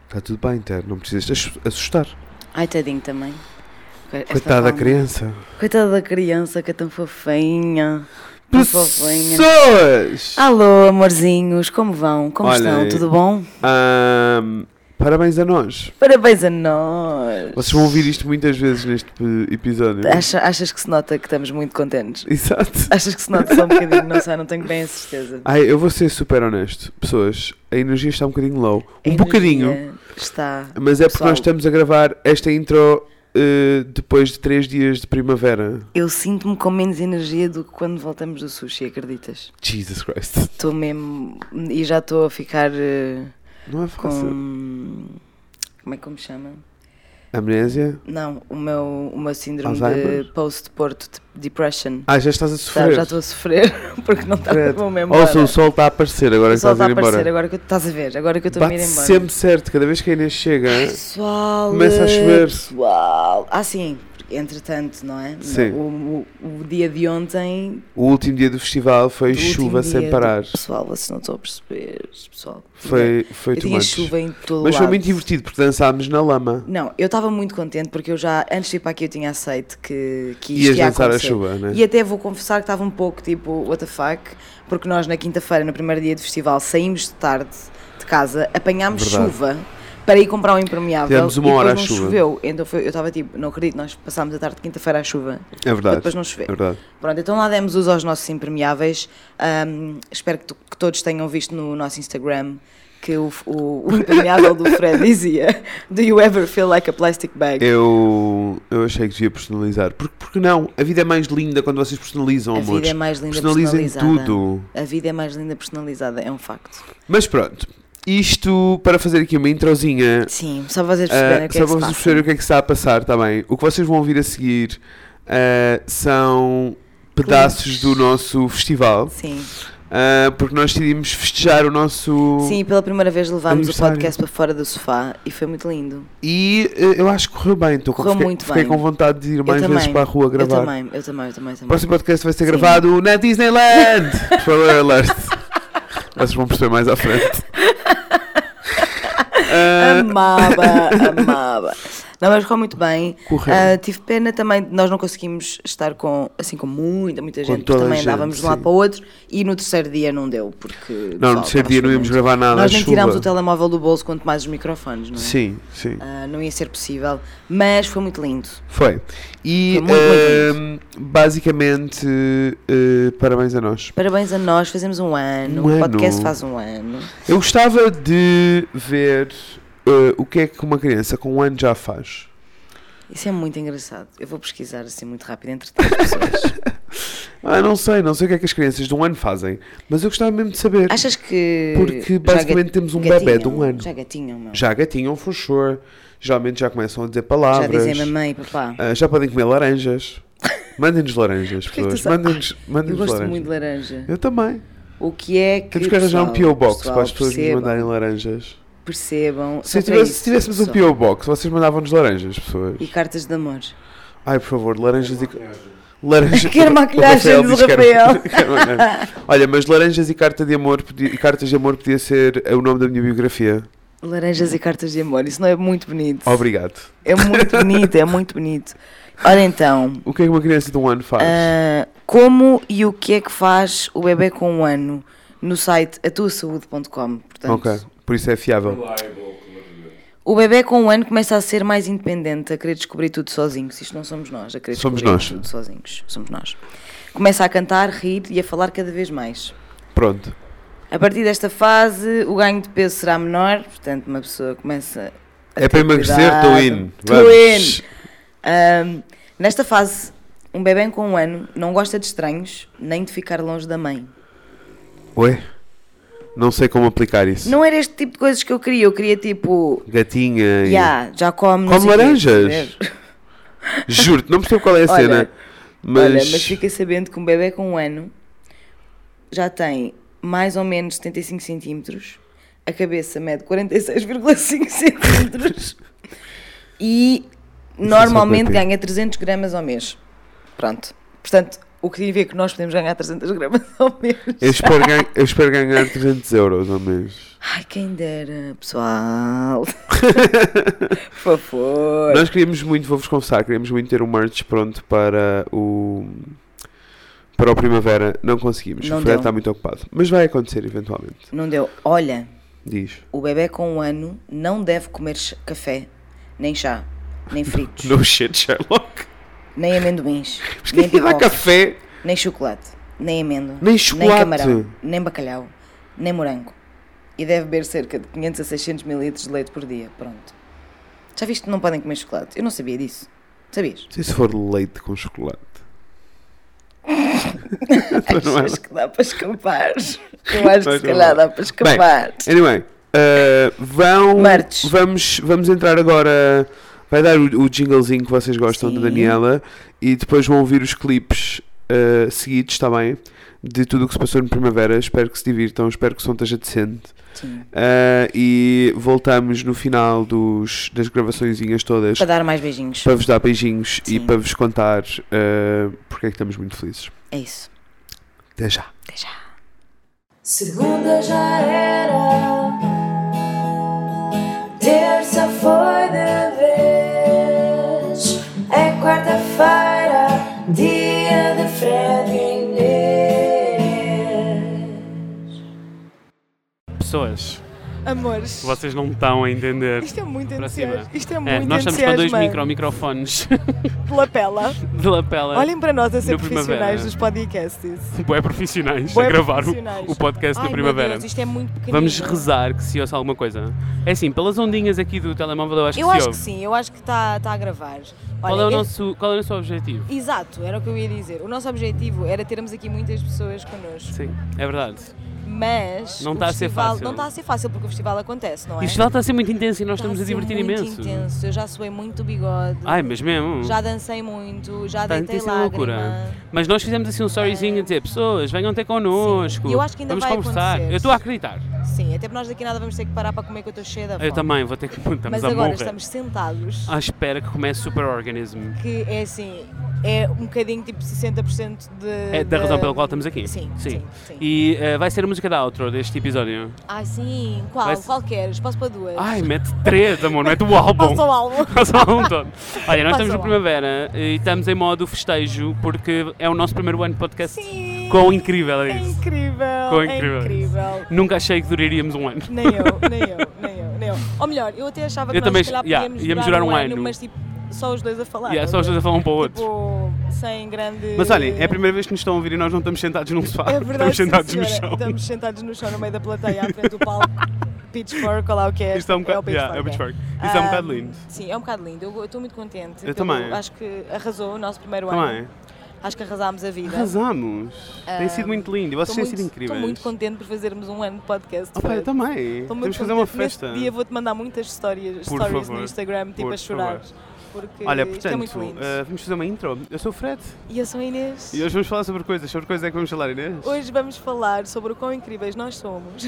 Está tudo bem, Ter, não precisas te assustar. Ai, tadinho também. Coitada da criança. Coitada da criança que é tão fofinha. Tão fofinha. Pessoas! Alô, amorzinhos, como vão? Como estão? Tudo bom? Parabéns a nós. Parabéns a nós. Vocês vão ouvir isto muitas vezes neste episódio. Achas que se nota que estamos muito contentes? Exato. Achas que se nota só um bocadinho? Não sei, não tenho bem a certeza. Eu vou ser super honesto. Pessoas, a energia está um bocadinho low. Um bocadinho. Está. Mas é porque nós estamos a gravar esta intro depois de 3 dias de primavera. Eu sinto-me com menos energia do que quando voltamos do sushi, acreditas? Jesus Christ. Estou mesmo... E já estou a ficar... Não é fácil. Como é que me chama? Amnésia? Não, o meu síndrome Alzheimer? de post-porto depression. Já estás a sofrer? Já estou a sofrer, porque não está a bom mesmo. Ouça, o sol está a aparecer, agora que estás a ir embora. Agora que estás a ver, agora que eu estou a ir embora. Sempre certo, cada vez que a Inês chega, pessoal, começa a chover. Pessoal, sim, entretanto, não é? Sim. O dia de ontem... O último dia do festival foi chuva sem parar. Pessoal, vocês não estão a perceber, pessoal. Foi eu tinha chuva em todo Mas lado. foi muito divertido, porque dançámos na lama. Não, eu estava muito contente, porque eu já, antes de ir para aqui, eu tinha aceito que isto Ias ia dançar acontecer. a chuva, né? E até vou confessar que estava um pouco tipo, what the fuck, porque nós na quinta-feira, no primeiro dia do festival, saímos de tarde de casa, apanhámos chuva para ir comprar um impermeável. Tivemos uma hora à chuva. Choveu, então eu estava tipo, não acredito, nós passámos a tarde de quinta-feira à chuva. É verdade. Depois não choveu. É verdade. Pronto, então lá demos uso aos nossos impermeáveis. Espero que todos tenham visto no nosso Instagram que o impermeável do Fred dizia: Do you ever feel like a plastic bag? Eu achei que devia personalizar. Porque não? A vida é mais linda quando vocês personalizam, amores. A vida é mais linda Personalizem personalizada. tudo. A vida é mais linda personalizada, é um facto. Mas pronto, isto para fazer aqui uma introzinha. Sim, só para vocês perceberem o que é que se passa. Só para vocês perceberem o que é que está a passar, está bem? O que vocês vão ouvir a seguir são pedaços do nosso festival. Sim. Porque nós decidimos festejar o nosso... Sim, pela primeira vez levámos o podcast para fora do sofá e foi muito lindo. E eu acho que correu bem. Fiquei com vontade de ir mais vezes para a rua gravar. Eu também. O próximo podcast vai ser gravado na Disneyland. Spoiler alert. Vocês vão perceber mais à frente. Amava. Não, mas correu muito bem. Tive pena também, nós não conseguimos estar com muita gente, porque também andávamos de um lado para o outro e no terceiro dia não deu, porque... Não, no terceiro dia não íamos gravar nada. Nós nem tirámos o telemóvel do bolso, quanto mais os microfones, não é? Sim. Não ia ser possível, mas foi muito lindo. Foi. E muito lindo. Basicamente, parabéns a nós. Parabéns a nós, fazemos um ano, o podcast faz um ano. Eu gostava de ver... o que é que uma criança com 1 ano já faz? Isso é muito engraçado. Eu vou pesquisar assim muito rápido entre 3 pessoas. Não sei o que é que as crianças de 1 ano fazem, mas eu gostava mesmo de saber. Achas que... Porque basicamente temos um bebê de 1 ano. Já gatinham, for sure. Geralmente já começam a dizer palavras. Já dizem mamãe e papá. Já podem comer laranjas. Mandem-nos laranjas, pessoas. Mandem-nos laranjas. Eu gosto muito de laranja. Eu também. O que é que... Temos que arranjar um P.O. Box para as pessoas nos mandarem laranjas. Percebam. Se tivéssemos um P.O. Box, vocês mandavam-nos laranjas, pessoas. E cartas de amor. Ai, por favor, laranjas e... Laranjas. Quero maquilhagem do Rafael. Olha, mas laranjas e cartas de amor podia ser o nome da minha biografia. Laranjas e cartas de amor, isso não é muito bonito? Obrigado. É muito bonito. Olha então. O que é que uma criança de 1 ano faz? Como e o que é que faz o bebê com 1 ano no site atuasaude.com. Ok, por isso é fiável. O bebê com 1 ano começa a ser mais independente, a querer descobrir tudo sozinho. Se isto não somos nós, a querer descobrir tudo sozinhos. Somos nós. Começa a cantar, rir e a falar cada vez mais. Pronto. A partir desta fase, o ganho de peso será menor, portanto, uma pessoa começa a É para emagrecer, estou in. Nesta fase, um bebê com 1 ano não gosta de estranhos, nem de ficar longe da mãe. Ué? Não sei como aplicar isso. Não era este tipo de coisas que eu queria tipo... Gatinha e... já come laranjas. Juro-te, não percebo qual é a cena. Mas fica sabendo que um bebê com 1 ano já tem mais ou menos 75 centímetros, a cabeça mede 46,5 centímetros e normalmente ganha 300 gramas ao mês. Pronto. Portanto, O que significa que nós podemos ganhar 300 gramas ao mês. Eu espero ganhar 300 euros ao mês. Ai, quem dera, pessoal. Por favor. Nós queríamos muito, vou-vos confessar, queríamos muito ter um merch pronto para o Primavera. Não conseguimos, Não o Fred deu. está muito ocupado. Mas vai acontecer eventualmente. Não deu. Olha, Diz. o bebê com 1 ano não deve comer café, nem chá, nem fritos, No shit, Sherlock. nem amendoins, Mas quem nem é que dá pipocas, café? nem chocolate, nem amêndoa, Nem chocolate. nem camarão, nem bacalhau, nem morango. E deve beber cerca de 500 a 600 ml de leite por dia. Pronto. Já viste que não podem comer chocolate? Eu não sabia disso. Sabias? Não sei se for leite com chocolate. Não é? Achas que dá para escapar? Eu acho que Mas se não calhar dá. dá para escapar. Anyway, Merch. vamos entrar agora. Vai dar o jinglezinho que vocês gostam Sim. da Daniela e depois vão ouvir os clipes seguidos, está bem? De tudo o que se passou no Primavera. Espero que se divirtam, espero que o som esteja decente. Sim. E voltamos no final das gravaçõezinhas todas Para dar mais beijinhos. para vos dar beijinhos e Sim. para vos contar porque é que estamos muito felizes. É isso. Até já. Até já. Segunda já era, terça foi de vez, é quarta-feira, dia de Fred e Inês. Pessoas, Amores. vocês não estão a entender. Isto é muito Para cima. entusiasmo. Isto é muito Nós estamos com 2 entusiasmante. microfones De lapela. de lapela. Olhem para nós a ser No profissionais Primavera. dos podcasts. Bué profissionais Bué a gravar profissionais. o podcast Ai, do Primavera. meu Deus, isto é muito pequenino. Vamos rezar que se ouça alguma coisa. É assim, pelas ondinhas aqui do telemóvel eu acho que Eu se acho que ouve. sim, eu acho que está a gravar. Qual Olha, é o nosso objetivo? Exato, era o que eu ia dizer. O nosso objetivo era termos aqui muitas pessoas connosco. Sim, é verdade. Mas Não o está a ser festival- fácil. Não está a ser fácil porque o festival acontece, não é? E o festival está a ser muito intenso e nós Está estamos a ser divertir muito imenso. intenso. Eu já suei muito o bigode. Ai, mas mesmo. Já dancei muito, já Está deitei intensa a lágrima. loucura. Mas nós fizemos assim um storyzinho a dizer: pessoas, venham ter connosco. Sim. E eu acho que ainda vamos vai conversar. acontecer. Eu estou a acreditar. Sim, até porque nós daqui a nada vamos ter que parar para comer que eu estou cheia da fome. Eu também vou ter que. Estamos Mas a agora morrer. estamos sentados, À espera que comece Super Organism. que é assim, é um bocadinho tipo 60% de... É da razão pela qual estamos aqui. Sim, sim, sim. E vai ser a música da outro deste episódio. Ai sim, qual? Vai- Qual queres? Posso para duas? Ai, mete 3, amor, mete o álbum. Passa o álbum. Passa o álbum todo. Olha, nós Passa estamos o no álbum. Primavera e estamos em modo festejo porque é o nosso primeiro ano de podcast. Sim. Quão incrível é É isso. incrível, Quão é incrível é incrível. Nunca achei que duraríamos um ano. Nem eu. Ou melhor, eu até achava que Eu nós também- se calhar yeah, podíamos íamos durar durar um ano. mas tipo, só os dois a falar. Yeah, só os dois a falar um para o outro. Tipo, sem grande... Mas olhem, é a primeira vez que nos estão a ouvir e nós não estamos sentados num sofá. É verdade, estamos sentados sim, no senhora. chão. Estamos sentados no chão, no meio da plateia, à frente do palco. Pitchfork, olha lá o que é. Isto é um bocado, o Pitchfork. é o Pitchfork. Isto é um bocado lindo. Sim, é um bocado lindo. Eu estou muito contente. Eu também. Acho que arrasou o nosso primeiro Também. ano. Acho que arrasámos a vida. Arrasamos. Tem sido muito lindo e vocês têm sido incríveis. Estou muito contente por fazermos um ano de podcast. Opa, eu Fred. também. Estou muito Temos que fazer uma contente. Neste festa. dia vou-te mandar muitas stories Por no favor. Instagram, tipo Por a chorar. favor. Porque Olha, isto é portanto, muito lindo. vamos fazer uma intro. Eu sou o Fred E eu sou a Inês. e hoje vamos falar sobre coisas. Sobre coisas é que vamos falar, Inês? Hoje vamos falar sobre o quão incríveis nós somos.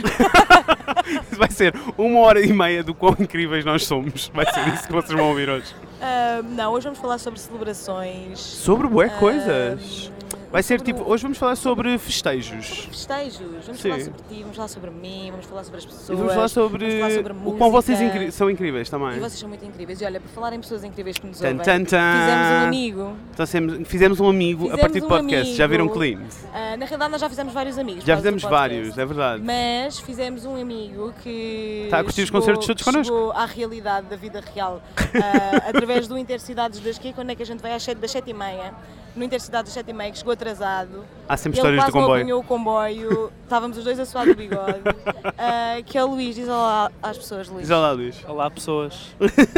Isso vai ser 1h30 do quão incríveis nós somos. Vai ser isso que vocês vão ouvir hoje. Não, hoje vamos falar sobre celebrações. Sobre bué coisas. Vai ser sobre tipo, hoje vamos falar sobre festejos. Festejos. Vamos Sim. falar sobre ti, vamos falar sobre mim, vamos falar sobre as pessoas. E vamos falar sobre vamos falar sobre o quão vocês música. são incríveis também. E vocês são muito incríveis. E olha, por falar em pessoas incríveis que nos Tan, ouvem, tan, tan. fizemos um amigo. Então, fizemos um amigo a Fizemos partir do um podcast. Já viram amigo. clean? Na realidade nós já fizemos vários amigos. Já por causa do fizemos podcast. vários, é verdade. Mas fizemos um amigo que Está a curtir os concertos todos connosco. chegou à realidade da vida real através do Intercidades das Quê, quando é que a gente vai das 7h30, no Intercidades das 7h30, que chegou atrasado. Há sempre Ele histórias quase do não comboio. apanhou o comboio, estávamos os dois a suar do bigode. Que é o Luís, diz olá às pessoas, Luís. Diz lá, Luís. Olá pessoas.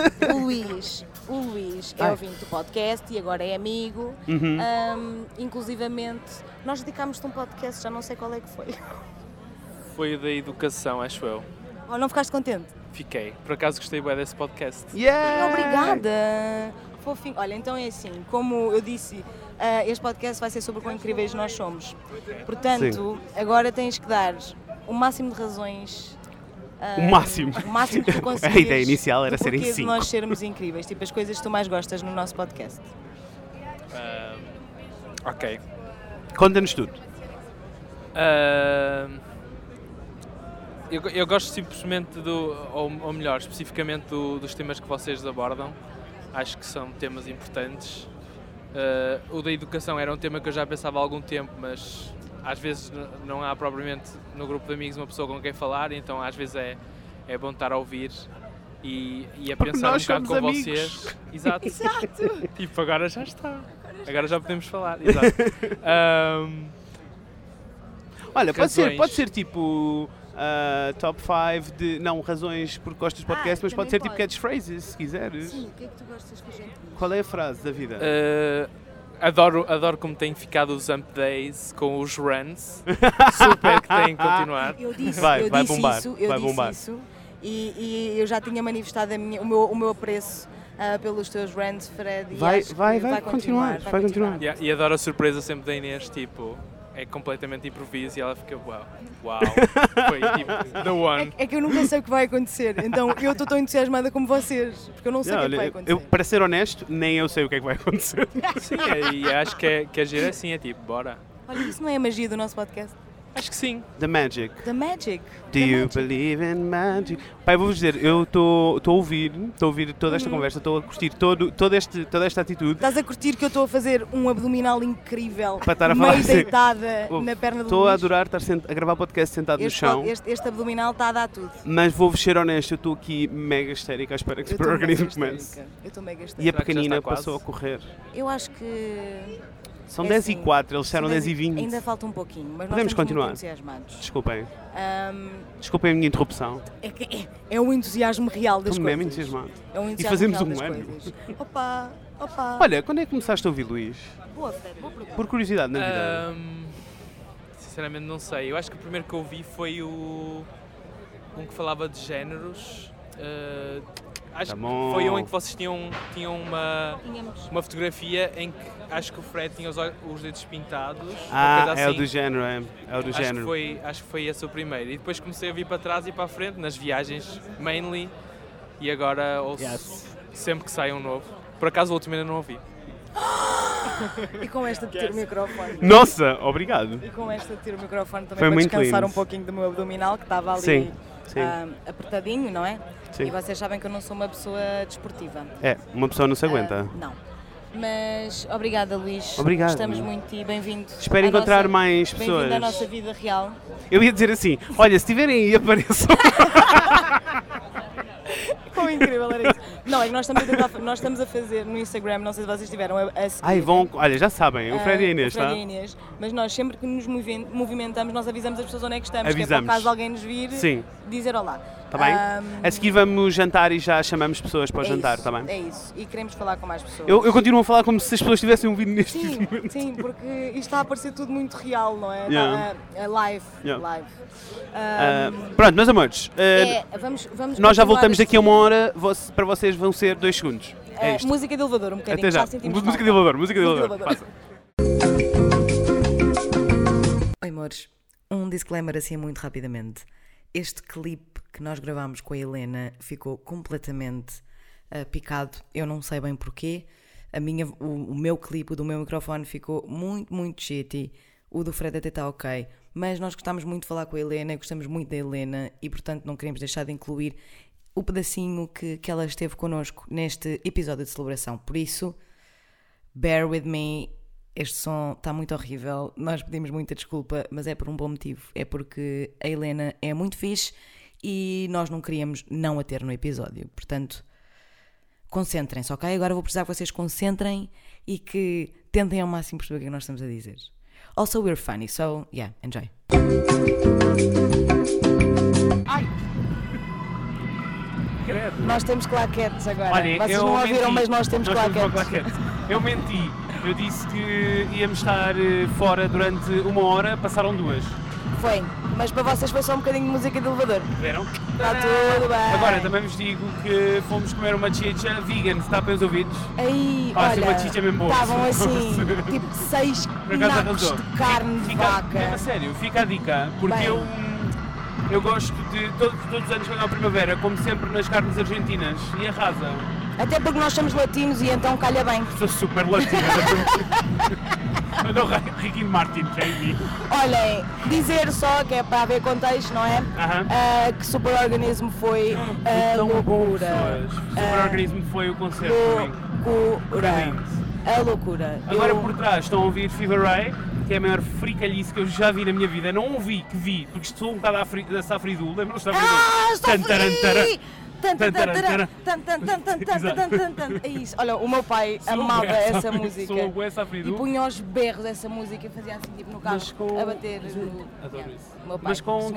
O Luís é ouvinte do podcast e agora é amigo. Uhum. Inclusivamente, nós dedicámos-te um podcast, já não sei qual é que foi. Foi da educação, acho eu. Oh, não ficaste contente? Fiquei. Por acaso gostei bem desse podcast. Yeah! Obrigada! Fofinho. Olha, então é assim, como eu disse, este podcast vai ser sobre o quão incríveis nós somos. Portanto, agora tens que dar o máximo de razões. O máximo. O máximo que tu consigas. A ideia inicial era do serem porquê de 5. nós sermos incríveis, tipo as coisas que tu mais gostas no nosso podcast. Ok. Conta-nos tudo. Eu gosto simplesmente ou melhor, especificamente dos temas que vocês abordam. Acho que são temas importantes. O da educação era um tema que eu já pensava há algum tempo, mas às vezes não há propriamente no grupo de amigos uma pessoa com quem falar, então às vezes é bom estar a ouvir e a pensar um bocado com vocês. Exato. Tipo, agora já está. Agora já podemos falar. Exato. Olha, pode ser tipo top 5 de, não razões porque gostas de podcast, mas pode ser tipo catchphrases, se quiseres. Sim, o que é que tu gostas que a gente diga? Qual é a frase da vida? Adoro como têm ficado os Amp Days com os runs. Super que têm que continuar. Eu disse, Vai eu disse bombar, isso, vai bombar. isso e eu já tinha manifestado o meu apreço pelos teus rants, Fred. Vai vai continuar. E adoro a surpresa sempre da Inês, tipo, é completamente improviso e ela fica uau, foi tipo the one. É que eu nunca sei o que vai acontecer, então eu estou tão entusiasmada como vocês, porque eu não sei o que é que vai acontecer. Para ser honesto, nem eu sei o que é que vai acontecer. Sim, e acho que a gira é assim, é tipo, bora. Olha, isso não é a magia do nosso podcast? Acho que sim. The magic. The magic. Do you believe in magic? Pai, vou-vos dizer, eu estou a ouvir toda esta conversa, estou a curtir toda esta atitude. Estás a curtir que eu estou a fazer um abdominal incrível, Para estar a falar meio assim. deitada na perna do Estou a Luís. adorar estar a gravar podcast sentado no chão. Este abdominal está a dar tudo. Mas vou-vos ser honesto, eu estou aqui mega histérica à espera que Eu o organismo comece. Eu estou mega E a histérica. Será que já pequenina está quase? passou a correr. Eu acho que... São É 10 assim, e 4, eles disseram são 10 e 20. Ainda falta um pouquinho, mas Podemos nós estamos continuar. muito entusiasmados. Desculpem. Ahm, Desculpem a minha interrupção. é o entusiasmo real das Estou coisas. mesmo entusiasmado. É um E entusiasmo fazemos real um das ano. coisas. Opa. Olha, quando é que começaste a ouvir Luís? Boa, Fred, boa pergunta. Por curiosidade na vida. Sinceramente não sei. Eu acho que o primeiro que eu vi foi um que falava de géneros. Acho Tá que bom. foi um em que vocês tinham Tínhamos. uma fotografia em que acho que o Fred tinha os dedos pintados. uma Ah, coisa é o assim. do género, é o do Acho género. que foi esse o primeiro. E depois comecei a vir para trás e para a frente, nas viagens, mainly. E agora ouço sempre que sai um novo. Por acaso o último ainda não ouvi. E com esta de ter o microfone. Nossa, obrigado. E com esta de ter o microfone também Foi para muito descansar lindo. um pouquinho do meu abdominal, que estava ali Sim. apertadinho, não é? Sim. E vocês sabem que eu não sou uma pessoa desportiva. É, uma pessoa não se aguenta. Não. Mas obrigada, Luís. Obrigado. Gostamos muito de ti, bem-vindo. Espero à encontrar nossa- mais Bem-vindo à pessoas. nossa vida real. Eu ia dizer assim, olha, se estiverem aí, apareçam. Como incrível era isso. Não, é que nós estamos a fazer no Instagram, não sei se vocês tiveram a seguir. Ai, vão, olha, já sabem, o Fred e a Inês, o Fred tá? e a Inês, mas nós sempre que nos movimentamos, nós avisamos as pessoas onde é que estamos, que é Avisamos. para caso alguém nos vir, Sim. dizer olá. Tá bem? A seguir vamos jantar e já chamamos pessoas para o É jantar, isso, tá bem? É isso, e queremos falar com mais pessoas. Eu continuo a falar como se as pessoas tivessem ouvido neste Sim, momento. sim, porque isto está a parecer tudo muito real, não é? Yeah. Está, live. Yeah. Live. Pronto, meus amores, Vamos nós já continuar voltamos este- daqui a uma hora, para vocês vão ser 2 segundos. É isto. música de elevador, um bocadinho. Até já. sentimos Música de falta. elevador, música de Música de elevador. elevador. Passa. Oi, amores. Um disclaimer assim muito rapidamente. Este clipe que nós gravámos com a Helena ficou completamente picado. Eu não sei bem porquê. O meu clipe, o do meu microfone ficou muito, muito shitty. O do Fred até está ok. Mas nós gostámos muito de falar com a Helena, gostamos muito da Helena e, portanto, não queremos deixar de incluir o pedacinho que ela esteve connosco neste episódio de celebração. Por isso, bear with me. Este som está muito horrível, nós pedimos muita desculpa, mas é por um bom motivo. É porque a Helena é muito fixe e nós não queríamos não a ter no episódio. Portanto, concentrem-se, ok? Agora vou precisar que vocês concentrem e que tentem ao máximo perceber o que é que nós estamos a dizer. Also, we're funny, so, yeah, enjoy. Nós temos claquetes agora. Vocês não ouviram, mas nós temos claquetes. Eu menti. Eu disse que íamos estar fora durante 1 hora, passaram 2. Foi, mas para vocês foi só um bocadinho de música de elevador. Viram? Está tudo bem. Agora também vos digo que fomos comer uma chicha vegan, se tapem os ouvidos. Aí, Ah, sim, olha, uma chicha mesmo boa. estavam assim, tipo 6 Por acaso nacos arrasou. de carne de Fica, vaca. mesmo a sério, fica a dica, porque Bem. eu gosto de, todos os anos quando há primavera, como sempre nas carnes argentinas, e arrasa. Até porque nós somos latinos e então calha bem. Sou super latino. Olha o Ricky Martin, JB. Olhem, dizer só, que é para haver contexto, não é? Que Superorganismo foi a loucura. Superorganismo foi o concerto. Loucura. A loucura. Agora por trás estão a ouvir Fever Ray, que é a maior fricalhice que eu já vi na minha vida. Não ouvi, que vi, porque estou um bocado da Safridul. Lembram-se da Safridul? É isso. Olha, o meu pai amava essa música e punha aos berros essa música e fazia assim tipo no carro a bater. Adoro isso. Meu pai, Mas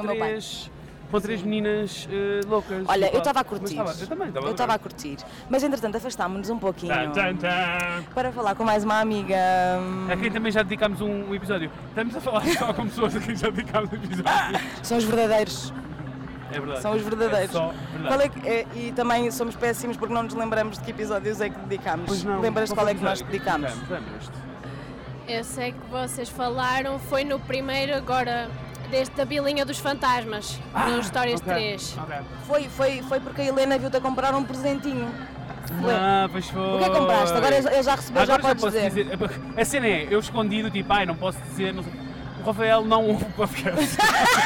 com três meninas loucas. Olha, eu estava a curtir. Eu também estava a curtir. Mas entretanto afastámos-nos um pouquinho para falar com mais uma amiga. A quem também já dedicámos um episódio. Estamos a falar só com pessoas a quem já dedicámos um episódio. São os verdadeiros. É verdade. São os verdadeiros. É só verdade. E também somos péssimos porque não nos lembramos de que episódios é que dedicámos. Lembras-te qual é que nós dedicámos? Eu sei que vocês falaram, foi no primeiro agora, desde a Bilinha dos Fantasmas, no Histórias 3. Okay. Foi porque a Helena viu-te a comprar um presentinho. Pois foi. O que é que compraste? Agora ele já recebeu, agora já podes dizer. A cena é, eu escondido, tipo, não posso dizer, não sei. O Rafael não ouve o podcast.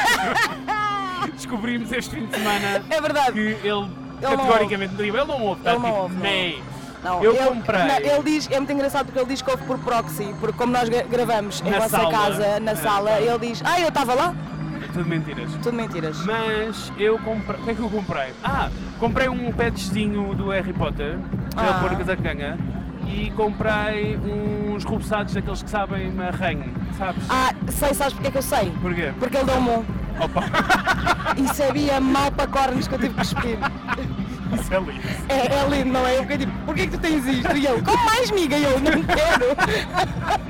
Descobrimos este fim de semana que ele categoricamente ele não ouve. Ele não ouve. Não, eu comprei. Ele diz, é muito engraçado porque ele diz que ouve por proxy, porque como nós gravamos em vossa casa, na sala, ele diz, eu estava lá. Tudo mentiras. Tudo mentiras. Mas eu comprei. O que é que eu comprei? Comprei um patchzinho do Harry Potter, para ele pôr a casacanga, e comprei uns rubeçados daqueles que sabem arranho, sabes? Sabes porque é que eu sei? Porquê? Porque ele deu-me um. Opa! E sabia mal para cornos que eu tive que cuspir. Isso é lindo. É lindo, não é? Eu fiquei tipo, porquê que tu tens isto? E ele, como mais, miga? E eu, não quero.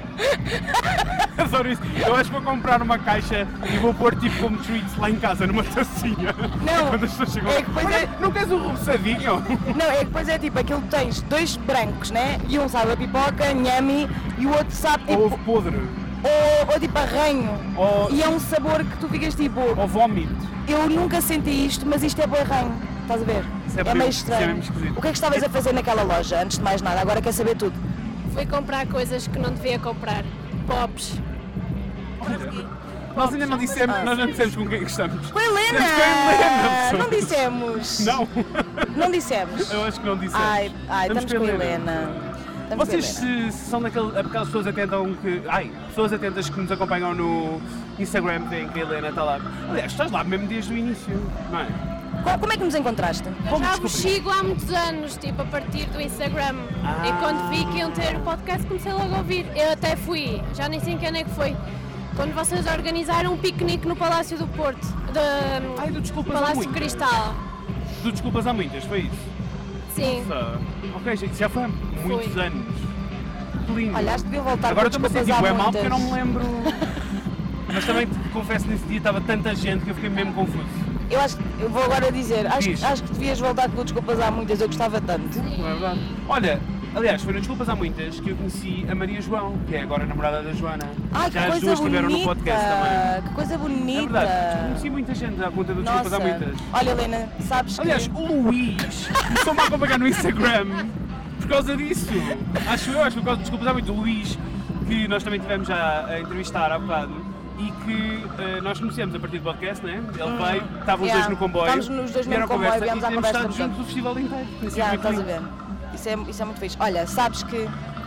Adoro isso. Eu acho que vou comprar uma caixa e vou pôr tipo como treats lá em casa, numa tacinha. Não, quando as pessoas chegam é que depois não queres um rubeçadinho? Não, é que depois é tipo, aquilo tens dois brancos, né? E um sabe a pipoca, nhami, e o outro sabe tipo... Ovo podre. Ou tipo arranho. E é um sabor que tu ficas tipo... Ou vómito. Eu nunca senti isto, mas isto é bom arranho. Estás a ver? É meio estranho. O que é que estavas a fazer naquela loja, antes de mais nada? Agora quer saber tudo. Fui comprar coisas que não devia comprar. Pops. Nós ainda não dissemos, nós não dissemos com quem estamos. Com a Helena! Não dissemos. Não dissemos. Eu acho que não dissemos. Estamos com a Helena. Vocês se são aquelas pessoas pessoas atentas que nos acompanham no Instagram, veem que a Helena está lá. Aliás, estás lá mesmo desde o início, não é? Como é que nos encontraste? Eu já vos sigo há muitos anos, tipo a partir do Instagram. E quando vi que iam ter o podcast comecei logo a ouvir. Eu até fui, já nem sei em que ano é que foi, quando vocês organizaram um piquenique no Palácio do Porto, do Desculpas Palácio há muitas. Cristal. Do Desculpas há muitas, foi isso? Sim. Ok, gente, já foi há muitos anos. Que lindo. Olha, acho que devia voltar. Agora estou-me a sentir mal porque eu não me lembro. Mas também te confesso que nesse dia estava tanta gente que eu fiquei mesmo confuso. Eu vou agora dizer, acho que devias voltar com o Desculpas há muitas, eu gostava tanto. Não é verdade? Olha, aliás, foi no Desculpas há muitas que eu conheci a Maria João, que é agora a namorada da Joana. Já as duas estiveram no podcast também. Que coisa bonita! É verdade, conheci muita gente à conta do Desculpas há muitas. Olha, Helena, sabes que... Aliás, o Luís começou-me a acompanhar no Instagram por causa disso. Acho que por causa do Desculpas há muitas. O Luís, que nós também tivemos já a entrevistar há bocado, e que nós conhecemos a partir do podcast, né? Ele veio, estavam os dois no comboio. Estávamos nos dois no comboio, viemos à conversa. Estado juntos o festival inteiro. Estás a ver? Isso é muito fixe. Olha, sabes que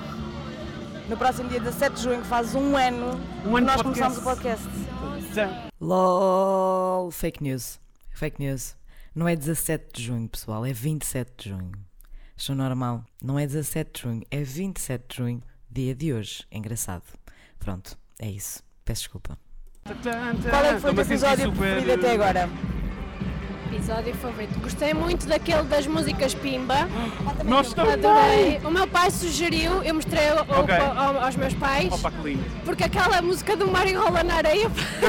no próximo dia 17 de junho faz um ano que nós começámos o podcast. LOL, fake news. Fake news. Não é 17 de junho, pessoal, é 27 de junho. Achou normal? Não é 17 de junho, é 27 de junho, dia de hoje. Engraçado. Pronto, é isso. Peço desculpa. Qual é que foi o teu episódio preferido até agora? Episódio favorito. Gostei muito daquele das músicas Pimba. Nós também. Adorei. O meu pai sugeriu, eu mostrei aos meus pais. Opa, que lindo. Porque aquela música do Mário rola na areia.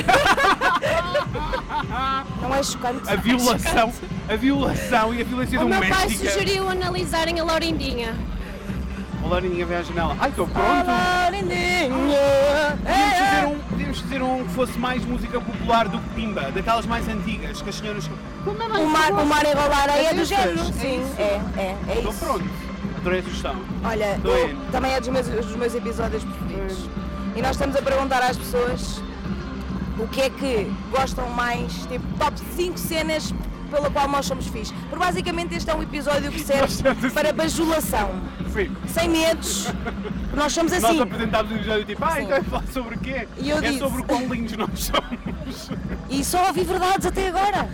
Não é chocante? A violação e a violência doméstica. O meu pai sugeriu analisarem a Laurindinha. A Laurinha vem à janela. Ai, estou pronto! Laurindinha! Podíamos podíamos fazer um que fosse mais música popular do que Pimba, daquelas mais antigas, que as senhoras... O mar e rolar aí é do género. Sim, é Estou isso. pronto. Adorei a sugestão. Olha, Estou eu, in. também é dos meus episódios preferidos. E nós estamos a perguntar às pessoas o que é que gostam mais, tipo, top 5 cenas pela qual nós somos fixe. Porque basicamente este é um episódio que serve para bajulação. Fico. Sem medos, nós somos Nós assim. apresentámos o episódio tipo, Sim. então é falar sobre o quê? E eu É disse- sobre o quão lindos nós somos. E só ouvi verdades até agora.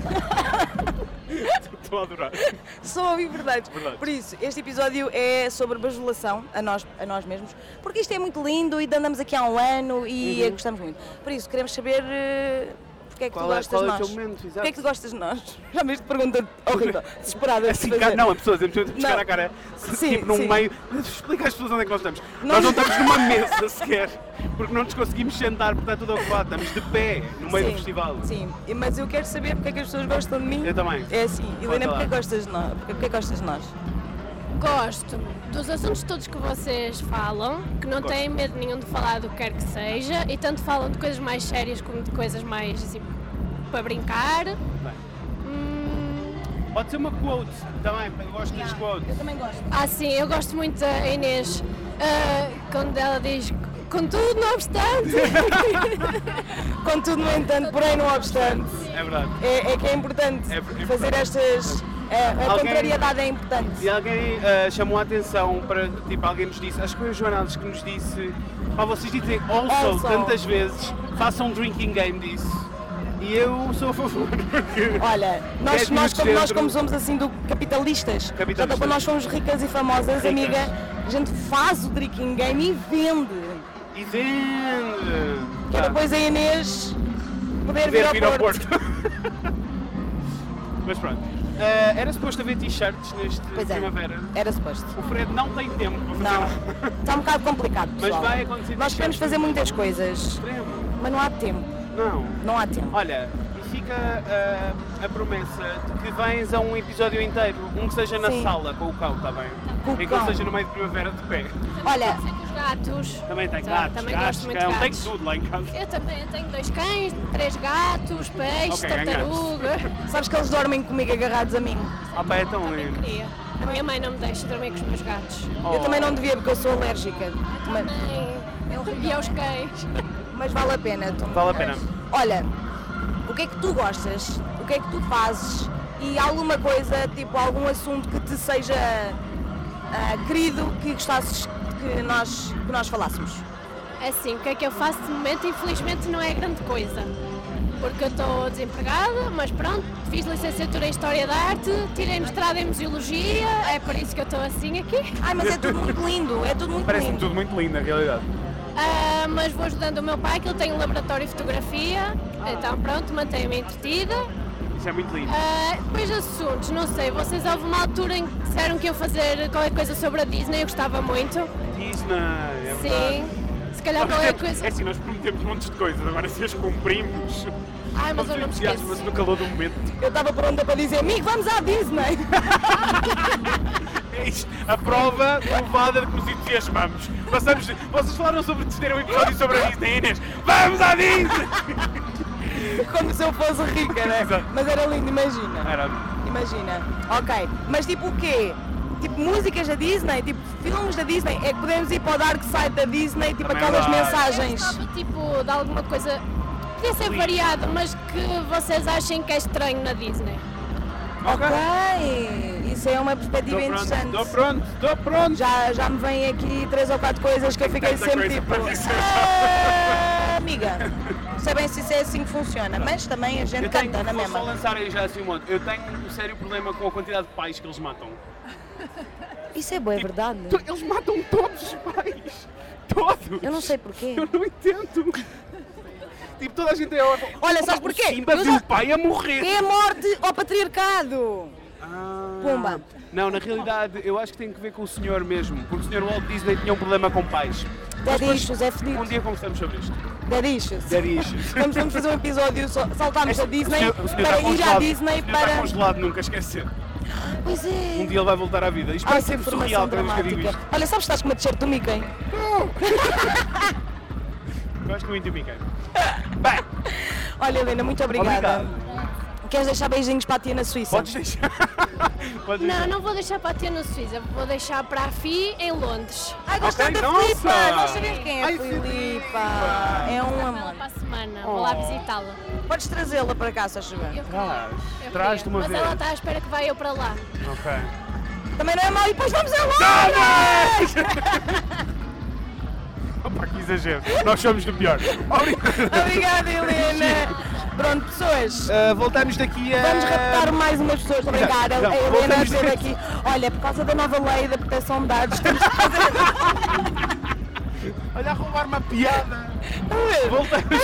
Estou a adorar. Só ouvi verdades. Verdades. Por isso, este episódio é sobre bajulação a nós mesmos, porque isto é muito lindo e andamos aqui há um ano e gostamos muito. Por isso, queremos saber porque é que tu gostas qual de é o nós. teu momento, exato. Porque é que tu gostas de nós? Já me pergunta horrível, desesperada. Assim, de fazer. não, a pessoa sempre temos cara a cara, Sim, tipo num sim. meio. Explica às pessoas onde é que nós estamos. Nós não estamos numa mesa sequer, porque não nos conseguimos sentar porque está tudo ocupado. Estamos de pé no meio do Sim, festival. Sim, mas eu quero saber porque é que as pessoas gostam de mim. Eu também. É assim, Helena, lá. porque é que gostas de nós? Porque é que gostas de nós? Gosto dos assuntos todos que vocês falam, que não têm medo nenhum de falar do que quer que seja, e tanto falam de coisas mais sérias como de coisas mais assim, para brincar. Pode ser uma quote também, eu gosto das quotes. Eu também gosto. Sim, eu gosto muito da Inês, quando ela diz, contudo, não obstante. Contudo, no entanto, porém, não obstante. É verdade. É que é importante fazer estas. A Alguém- contrariedade é importante. E alguém chamou a atenção para, tipo, alguém nos disse, acho que foi o Joana Alves que nos disse, pá, vocês dizem also tantas vezes, façam um drinking game disso. E eu sou a favor, porque... Olha, 10 nós minutos como dentro- somos assim do capitalistas, Capitalistas. então, quando nós somos ricas e famosas, Ricas. amiga, a gente faz o drinking game e vende. E vende! Que é Tá. depois a Inês poder Poder vir ao Porto. Mas pronto. Era suposto haver t-shirts neste Pois é. primavera. Era suposto. O Fred não tem tempo para fazer Não, nada. está um bocado complicado, Mas pessoal. vai acontecer Nós queremos t-shirts fazer no muitas coisas, extremo. mas não há tempo. Não. Não há tempo. Olha, e fica a promessa de que vens a um episódio inteiro, um que seja na Sim. sala com o cão, está bem? Com o Em que cão. ele seja no meio de primavera de pé. Olha, Os gatos. Também tem Tá, gatos, também gatos, gosto muito de cão, tem gatos. tudo lá em casa. Eu também tenho 2 cães, 3 gatos, peixes, Ok, tartaruga. sabes que eles dormem comigo agarrados a mim. Ah pá, é tão lindo. Queria. A minha mãe não me deixa dormir com os meus gatos. Eu também não devia porque eu sou alérgica. Mas, E aos cães. mas vale a pena. Tu. Vale a pena. Olha, o que é que tu gostas? O que é que tu fazes? E alguma coisa, tipo algum assunto que te seja querido, que gostasses que nós falássemos? Assim, o que é que eu faço de momento? Infelizmente não é grande coisa. Porque eu estou desempregada, mas pronto, fiz licenciatura em História da Arte, tirei mestrado em Museologia, é por isso que eu estou assim aqui. Ai, mas é tudo muito lindo, é tudo muito Parece-me lindo. tudo muito lindo, na realidade. Mas vou ajudando o meu pai, que ele tem um laboratório de fotografia, então pronto, mantenho-me entretida. Isso é muito lindo. Depois assuntos, não sei, vocês houve uma altura em que disseram que iam fazer qualquer coisa sobre a Disney, eu gostava muito. Disney, é verdade. Sim, se calhar qualquer coisa. É assim, nós prometemos montes de coisas, agora se as cumprimos, Ai, mas eu não me esqueço. mas no calor do momento. Eu estava pronta para dizer, amigo, vamos à Disney! É isto, a prova provada de que nos entusiasmamos. Passamos, vocês falaram sobre terem um episódio sobre a Disney, Inês. Vamos à Disney! Como se eu fosse rica, né? Exato. Mas era lindo, imagina. Era. Imagina. Ok, mas tipo o quê? Tipo músicas da Disney, tipo filmes da Disney, é que podemos ir para o dark side da Disney, tipo Também aquelas vai. mensagens. Eu gostava, tipo, de alguma coisa, podia ser variado, mas que vocês achem que é estranho na Disney. Ok, isso é uma perspectiva interessante. Estou pronto. Já me vêm aqui 3 ou 4 coisas que eu fiquei Tanta sempre coisa tipo. para dizer. Amiga, não sei bem se isso é assim que funciona, mas também a gente Eu tenho, canta na vou só mesma. lançar aí já assim um monte. Eu tenho um sério problema com a quantidade de pais que eles matam. Isso é boa, é verdade. Eles matam todos os pais. Todos. Eu não sei porquê. Eu não entendo. Tipo, toda a gente é órfã. Olha, sabes porquê? Simba Eu viu já- o pai a morrer. É a morte ao patriarcado! Pumba! Não, na realidade, eu acho que tem que ver com o senhor mesmo. Porque o senhor Walt Disney tinha um problema com pais. Mas depois, Dadichos, é fedido. um dia conversamos sobre isto. Dadichos. Dadichos. Vamos fazer um episódio, saltámos a Disney O senhor para está ir à congelado. Disney O senhor está para. congelado, nunca esquecer. Pois Um é! dia ele vai voltar à vida. Isto Há vai essa ser informação surreal cada vez que eu digo dramática. isto. Olha, sabes que estás com uma t-shirt do Mickey? Gosto muito do Mickey. Olha, Helena, muito obrigada. Obrigado. Queres deixar beijinhos para a tia na Suíça? Podes deixar. Podes deixar. Não vou deixar para a tia na Suíça, vou deixar para a FI em Londres. Ai, gosto Ok, da nossa! Filipa! Nós sabemos quem é a Ai, Filipa! É um Ela amor. para a semana, vou lá visitá-la. Podes trazê-la para cá, se achas bem. Eu Traz-te queria. uma Mas vez. ela está à espera que vá eu para lá. Ok. Também não é mau e depois vamos a Londres! Opa, que exagero. Nós somos do pior. Obrigado. Obrigada, Helena! Pronto, pessoas. Voltamos daqui a... Vamos raptar mais umas pessoas, estou a brincar. Não, A Helena voltamos esteve daqui. aqui. Olha, por causa da nova lei da proteção de dados, temos que fazer. Olha a roubar uma piada. Voltamos.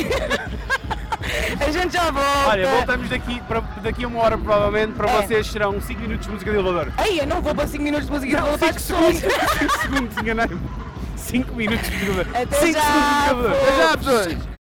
A gente já volta. Olha, voltamos daqui a uma hora provavelmente. Para É. vocês serão 5 minutos de música de elevador. Ei, eu não vou para 5 minutos de música, vou para as 5 pessoas. segundos. 5 segundos, enganei-me. 5 minutos de elevador. Até 5 já, segundos de elevador. Até já, pessoas.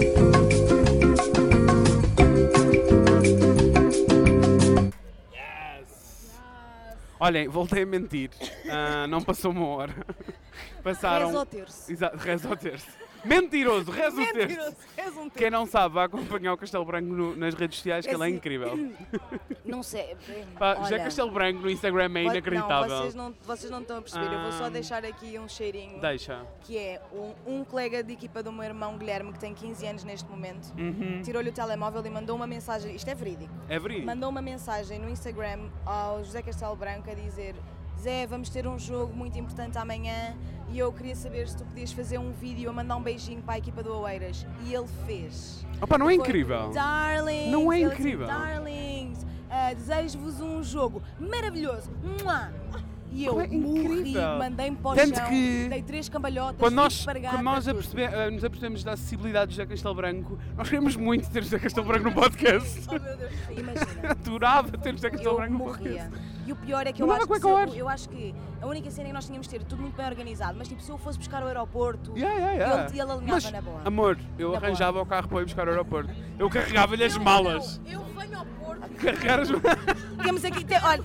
Olhem, voltei a mentir. Não passou uma hora. Passaram. Reza ao terço. Exato, reza ao terço. Mentiroso, reza o terço. Mentiroso, és um Quem não sabe, vai acompanhar o Castelo Branco nas redes sociais, que ele é assim, incrível. Não sei. Pá, olha, já Castelo Branco no Instagram é inacreditável. Não, vocês não estão a perceber. Eu vou só deixar aqui um cheirinho. Deixa. Que é um colega de equipa do meu irmão Guilherme, que tem 15 anos neste momento, tirou-lhe o telemóvel e mandou uma mensagem. Isto é verídico. É verídico. Mandou uma mensagem no Instagram ao José Castelo Branco a dizer: Zé, vamos ter um jogo muito importante amanhã e eu queria saber se tu podias fazer um vídeo a mandar um beijinho para a equipa do Oeiras. E ele fez. Opa, não é Foi, incrível? Darlings, Não é ele disse, incrível? Darlings, desejo-vos um jogo maravilhoso. Mua! E eu Não é morri, incrível? mandei-me para o Tanto chão, que dei 3 cambalhotas, Quando nós, fiz espargata, quando nós tudo. nos apercebemos da acessibilidade do José Castelo Branco, nós queremos muito ter o José Castelo Branco no podcast. Oh meu Deus, imagina. Adorava ter o José Castelo Eu Branco no morria. podcast. E o pior é que Não eu dava acho que, cueca ao ar. eu acho que a única cena é que nós tínhamos de ter tudo muito bem organizado, mas tipo, se eu fosse buscar ao aeroporto, ele alinhava Mas, na boa. amor, eu Na arranjava boa. o carro para ir buscar ao aeroporto. Eu carregava-lhe as malas. Eu venho ao Porto. Carregar as Temos aqui,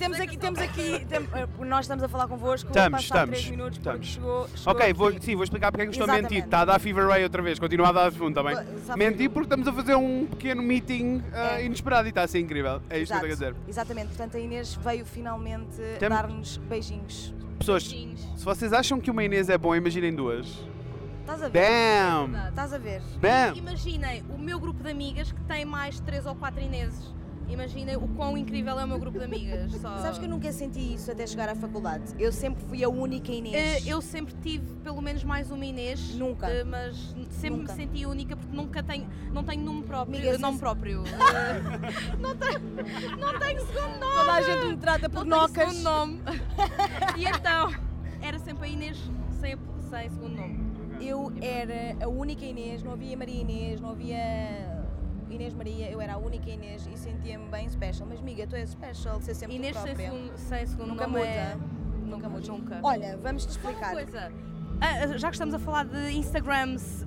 nós estamos a falar convosco, Estamos. 3 minutos porque chegou Ok, vou aqui. explicar porque é que estou a mentir. Exatamente. Está a dar Fever Ray outra vez, continua a dar fundo, está bem? Sabe Menti tudo. porque estamos a fazer um pequeno meeting inesperado e está a ser incrível. É isto que eu tenho a dizer. Exatamente, portanto a Inês veio finalmente Temos- dar-nos beijinhos. Pessoas, se vocês acham que uma Inês é bom, imaginem duas. Estás a ver? Bam! Estás a ver? Bam! Imaginem o meu grupo de amigas que tem mais 3 ou 4 Ineses. Imaginem o quão incrível é o meu grupo de amigas. Sabes que eu nunca senti isso até chegar à faculdade. Eu sempre fui a única Inês. Eu sempre tive pelo menos mais uma Inês. Nunca. Mas sempre Nunca. me senti única porque não tenho nome próprio. Amiga, nome se- próprio. não tenho segundo nome. Toda a gente me trata por não nocas. tenho segundo nome. E então, era sempre a Inês sem segundo nome. Eu era a única Inês, não havia Maria Inês, não havia Inês Maria, eu era a única Inês e sentia-me bem special. Mas amiga, tu és special, ser sempre Inês tu própria. sem segundo Nunca nome muda. Nunca muda. Nunca. Olha, vamos-te Só uma explicar. coisa. Já que estamos a falar de Instagrams,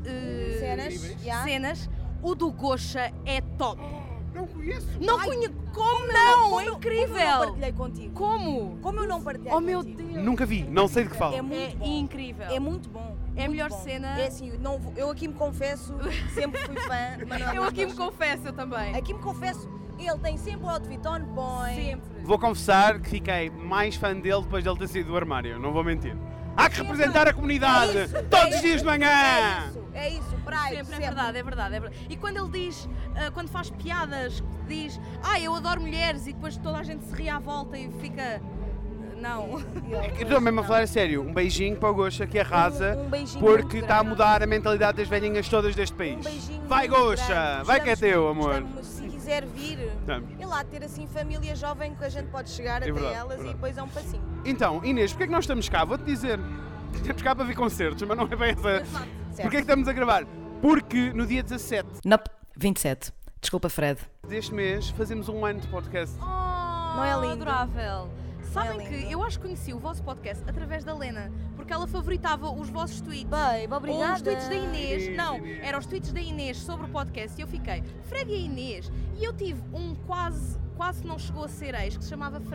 cenas, o do Gosha é top. Não conheço. Não conheço. Como não? É incrível. Como eu não partilhei contigo? Como? Como eu não partilhei Oh meu contigo? Deus. Nunca vi, não sei de que fala. É muito É bom. incrível. É muito bom. É a muito melhor bom. cena. É assim, eu aqui me confesso, sempre fui fã de Manuel Eu aqui me Mendonça. confesso, eu também. Aqui me confesso, ele tem sempre o outfit on point. Sempre. Vou confessar que fiquei mais fã dele depois de ele ter saído do armário, não vou mentir. Há que representar a comunidade É isso, todos é os dias de manhã! É isso, Pride, Sempre, é verdade. E quando ele diz, quando faz piadas, diz, eu adoro mulheres, e depois toda a gente se ri à volta e fica. Não. Eu estou mesmo a falar a sério, um beijinho para o Gosha que arrasa, Um beijinho porque muito está a grande. mudar a mentalidade das velhinhas todas deste Um país. beijinho Vai muito Gosha, grande. vai que é teu, amor. Se quiser vir, Vamos. é lá ter assim família jovem que a gente pode chegar até verdade, elas verdade. e depois é um passinho. Então, Inês, porquê é que nós estamos cá? Vou-te dizer, estamos cá para ver concertos, mas não é bem essa. Certo. Porquê é que estamos a gravar? Porque no dia 17 Nope, 27. Desculpa, Fred. deste mês fazemos um ano de podcast. Não é lindo? Adorável. Sabem lindo? que eu acho que conheci o vosso podcast através da Lena, porque ela favoritava os vossos tweets. Babe, Ou obrigada. os tweets da Inês, não, eram os tweets da Inês sobre o podcast e eu fiquei, Fred e a Inês, e eu tive um quase não chegou a ser ex, que se chamava Fred.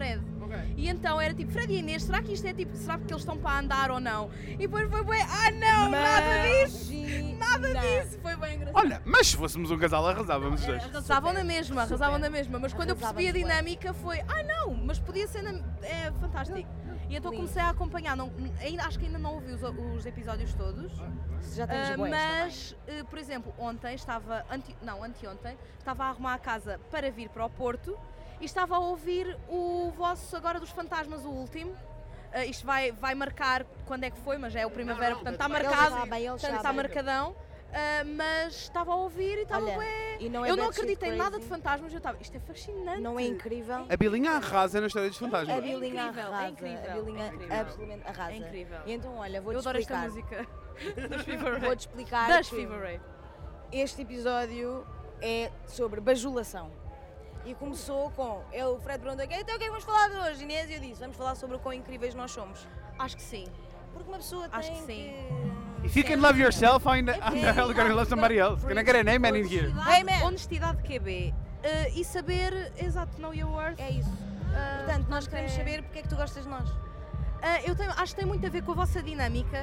E então era tipo, Fred e Inês, será que isto é tipo, será que eles estão para andar ou não? E depois foi bem, não, nada disso! Nada disso! Foi bem engraçado. Olha, mas se fôssemos um casal arrasávamos os dois. Arrasavam na mesma, mas quando eu percebi a dinâmica foi, não, mas podia ser, é fantástico. E então comecei a acompanhar, acho que ainda não ouvi os episódios todos, Já temos mas, por exemplo, anteontem, estava a arrumar a casa para vir para o Porto e estava a ouvir o vosso agora dos fantasmas, o último. Isto vai marcar quando é que foi, mas já é o primavera, portanto está marcado, está marcadão. Mas estava a ouvir e estava eu não acreditei em nada de fantasmas, eu estava, isto é fascinante. Não é incrível? A Bilinha arrasa na história dos fantasmas. A Bilinha arrasa. É incrível, A Bilinha absolutamente arrasa. É incrível. E então, olha, vou-te Eu adoro esta explicar. música das Fever Ray. Vou-te explicar Das que Fever Ray. este episódio é sobre bajulação. E começou com, o Fred perguntou, então o que é que vamos falar de hoje, Inês? E eu disse, vamos falar sobre o quão incríveis nós somos. Acho que sim. Porque uma pessoa Acho tem que sim. If you can love yourself, how the hell are you gonna love somebody else? Can I get a name man in here? Honestidade QB. E saber, exato, know your worth. É isso. Portanto, nós queremos saber porque é que tu gostas de nós. Acho que tem muito a ver com a vossa dinâmica.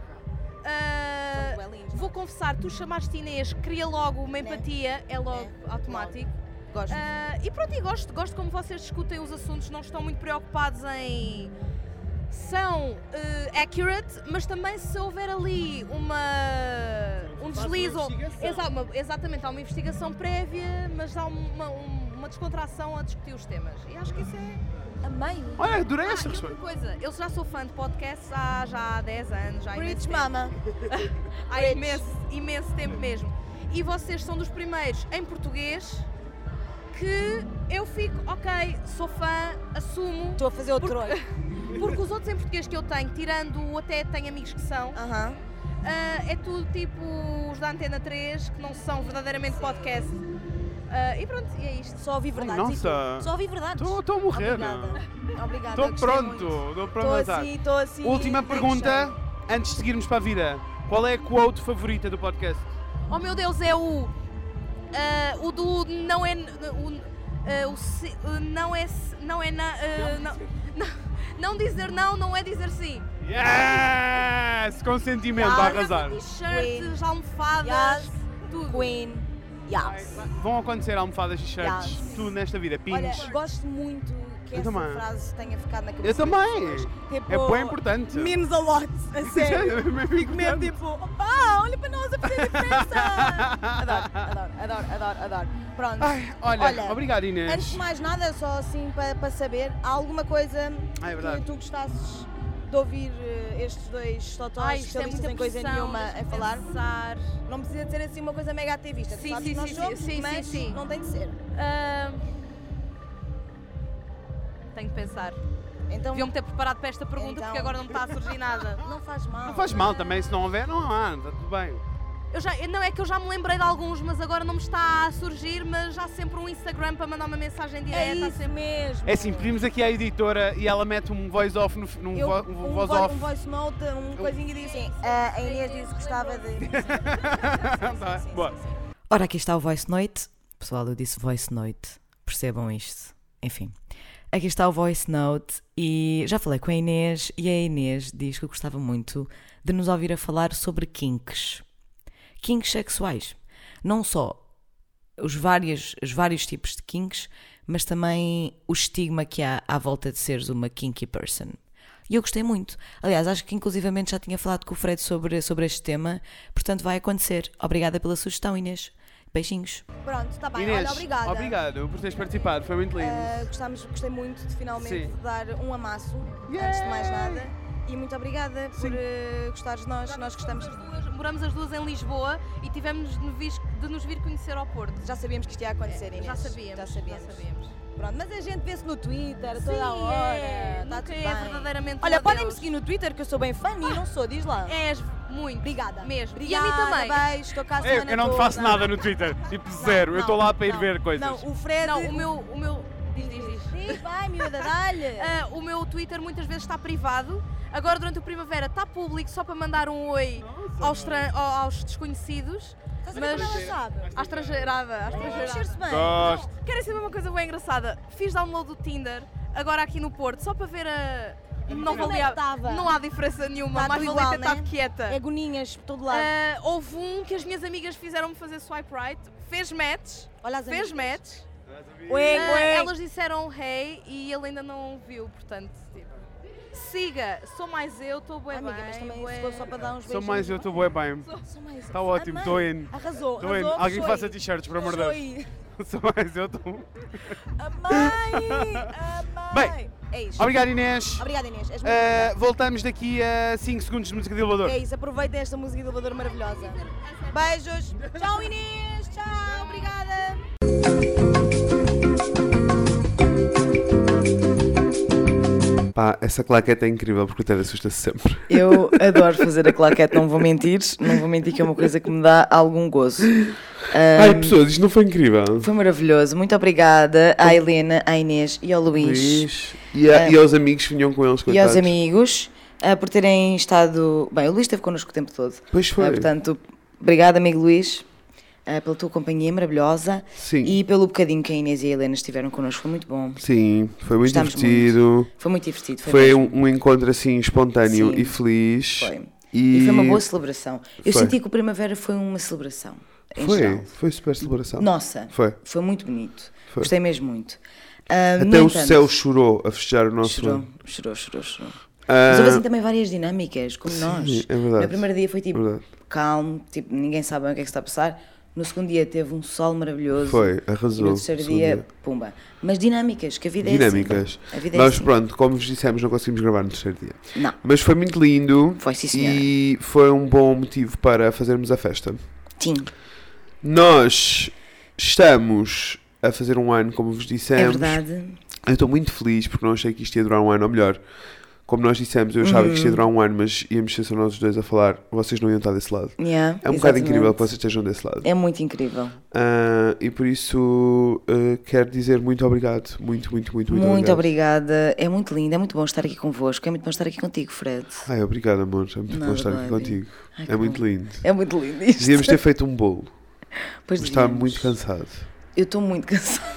Vou confessar, tu chamaste Inês, cria logo uma empatia, é logo automático. Gosto. E pronto, e gosto como vocês discutem os assuntos, não estão muito preocupados em... São accurate, mas também se houver ali um deslize, exatamente, há uma investigação prévia, mas há uma descontração a discutir os temas. E acho que isso é... Amei. Olha, adorei essa outra resposta. coisa, eu já sou fã de podcasts já há 10 anos, já há imenso Preach, tempo. mama. Há imenso tempo mesmo. E vocês são dos primeiros em português que eu fico, ok, sou fã, assumo. Estou a fazer o trolho. Porque os outros em português que eu tenho, tirando até tenho amigos que são, é tudo tipo os da Antena 3, que não são verdadeiramente podcast. E pronto, e é isto. Só ouvi verdades. Nossa. Só ouvi verdades. Estou a morrer. Obrigada. Estou pronto a usar. Estou assim. Última pergunta, antes de seguirmos para a vida. Qual é a quote favorita do podcast? Oh meu Deus, é o do não é... Não dizer não é dizer sim. Yes! Consentimento a arrasar. T-shirts, almofadas, Yes. tudo. Queen. Yes. Vão acontecer almofadas e shirts, Yes. tudo nesta vida, Olha, pins. gosto muito que Eu essa também. frase tenha ficado na cabeça. Eu também. das pessoas. Tipo, É bem importante. Means a lot, a sério. É mesmo Fico mesmo importante. tipo, olha para nós a fazer diferença. Adoro. Pronto. Ai, olha, obrigado Inês. Antes de mais nada, só assim para saber, há alguma coisa É verdade. que tu gostasses de ouvir estes dois totós especialistas em coisa nenhuma a falar? Não precisa de ser assim uma coisa mega ativista. Sim, sabes que nós somos, mas sim. não tem de ser. Tenho que pensar. Então, Deviam-me ter preparado para esta pergunta Então. porque agora não me está a surgir nada. não faz mal. Não faz mal também, se não houver, não há, está tudo bem. Não é que eu já me lembrei de alguns, mas agora não me está a surgir, mas há sempre um Instagram para mandar uma mensagem direta. É isso sempre... mesmo. É assim, pedimos aqui à editora e ela mete um voice off Um voz off. voice note, coisinha e diz assim. A Inês disse que gostava de. Tá, boa. Ora, aqui está o voice note. Pessoal, eu disse voice note. Percebam isto. Enfim. Aqui está o voice note e já falei com a Inês e a Inês diz que gostava muito de nos ouvir a falar sobre kinks. Kinks sexuais. Não só os vários tipos de kinks, mas também o estigma que há à volta de seres uma kinky person. E eu gostei muito. Aliás, acho que inclusivamente já tinha falado com o Fred sobre este tema, portanto vai acontecer. Obrigada pela sugestão, Inês. Beijinhos. Pronto, está bem. Inês, Olha, obrigada. obrigado por teres participado, foi muito lindo. Gostei muito de finalmente Sim. dar um amasso, Yeah! antes de mais nada. E muito obrigada por gostares de nós, nós gostamos. Moramos as duas em Lisboa e tivemos de nos vir conhecer ao Porto. Já sabíamos que isto ia acontecer, Inês. Já sabíamos. Pronto, mas a gente vê-se no Twitter toda a hora. Tá Nunca tudo é bem. verdadeiramente Olha, um podem me adeus. seguir no Twitter, que eu sou bem fã e não sou, diz lá. És muito. Obrigada. Mesmo. Obrigada, E a mim também. beijo, estou cá a semana Eu não te toda. faço nada no Twitter, tipo zero, eu estou lá para ir ver coisas. Não, o Fred... Não, o meu... Diz. Sim, vai, miúda, dá-lhe. O meu Twitter muitas vezes está privado. Agora, durante o primavera, está público só para mandar um oi aos desconhecidos. Estás a ver como ela sabe? À estrangeirada. Mexer-se bem. Gosto. Querem saber uma coisa bem engraçada? Fiz download do Tinder agora aqui no Porto, só para ver a... Não Como é valia, que tava? não há diferença nenhuma, Tá mais tudo valia igual, ter estado né? quieta. É goninhas por todo lado. Houve um que as minhas amigas fizeram-me fazer swipe right, fez match, Olha as fez amigas. match. Ué, ué. Elas disseram hey e ele ainda não viu, portanto, tipo, siga, sou mais eu, estou bué Amiga, bem. mas também bué- ficou só para dar uns Sou beijinhos. mais eu, estou bué bem. Sou mais eu. Está ótimo, estou in. Arrasou, Estou in. arrasou. Alguém fechou faça aí. t-shirts, por amor de Fechou Deus. aí. Sou mais eu, estou. Amei! Bem, é isso. Obrigado, Inês. Obrigada, Inês. És muito linda. Voltamos daqui a 5 segundos de música de elevador. É isso, aproveitem esta música de elevador maravilhosa. Beijos. Tchau, Inês. Tchau, obrigada. Pá, essa claqueta é incrível porque o Ted assusta-se sempre. Eu adoro fazer a claquete, não vou mentir que é uma coisa que me dá algum gozo. Ai, pessoas, isto não foi incrível? Foi maravilhoso, muito obrigada à Helena, à Inês e ao Luís. E aos amigos que vinham com eles, E coitados. aos amigos por terem estado. Bem, o Luís esteve connosco o tempo todo. Pois foi. Portanto, obrigado, amigo Luís, pela tua companhia maravilhosa. Sim. E pelo bocadinho que a Inês e a Helena estiveram connosco. Foi muito bom. Sim, foi muito Gostámos divertido. Foi muito divertido. Foi mesmo. um encontro assim espontâneo Sim. e feliz. Foi. E foi uma boa celebração. Eu Foi. senti que o Primavera foi uma celebração. Em geral. Foi super celebração. Nossa, Foi. muito bonito. Foi. Gostei mesmo muito. Até no o entanto, céu chorou a festejar o nosso chorou, ano. chorou. Ah, Mas houve assim também várias dinâmicas, como sim, nós. é verdade. No primeiro dia foi tipo É verdade. calmo, tipo, ninguém sabe bem o que é que se está a passar. No segundo dia teve um sol maravilhoso. Foi, E arrasou. no terceiro segundo dia, pumba. Mas dinâmicas, que a vida Dinâmicas. é assim. A vida é Nós, assim. pronto, como vos dissemos, não conseguimos gravar no terceiro dia. Não, Mas foi muito lindo. foi sim senhora. E foi um bom motivo para fazermos a festa. Sim, Nós estamos a fazer um ano, como vos é dissemos. verdade. Eu estou muito feliz porque não achei que isto ia durar um ano, ou melhor, como nós dissemos, eu achava que isto ia durar um ano, mas íamos ser só nós os dois a falar, vocês não iam estar desse lado. Yeah, É um bocado exatamente. incrível que vocês estejam desse lado. É muito incrível. E por isso quero dizer muito obrigado. Muito Muito obrigada. É muito lindo, é muito bom estar aqui convosco. É muito bom estar aqui contigo, Fred. Ai, obrigado, amor. É muito bom Nada, estar aqui baby. contigo. Ai, que É muito bom. lindo. É muito lindo isto. Devíamos ter feito um bolo. Pois Mas estava devíamos. muito cansado. Eu estou muito cansada.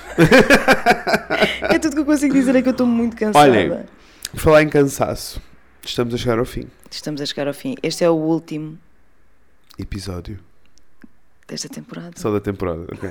É tudo que eu consigo dizer, é que eu estou muito cansada. Olhem, por falar em cansaço, estamos a chegar ao fim. Estamos a chegar ao fim. Este é o último Episódio. desta temporada. Só da temporada. Ok.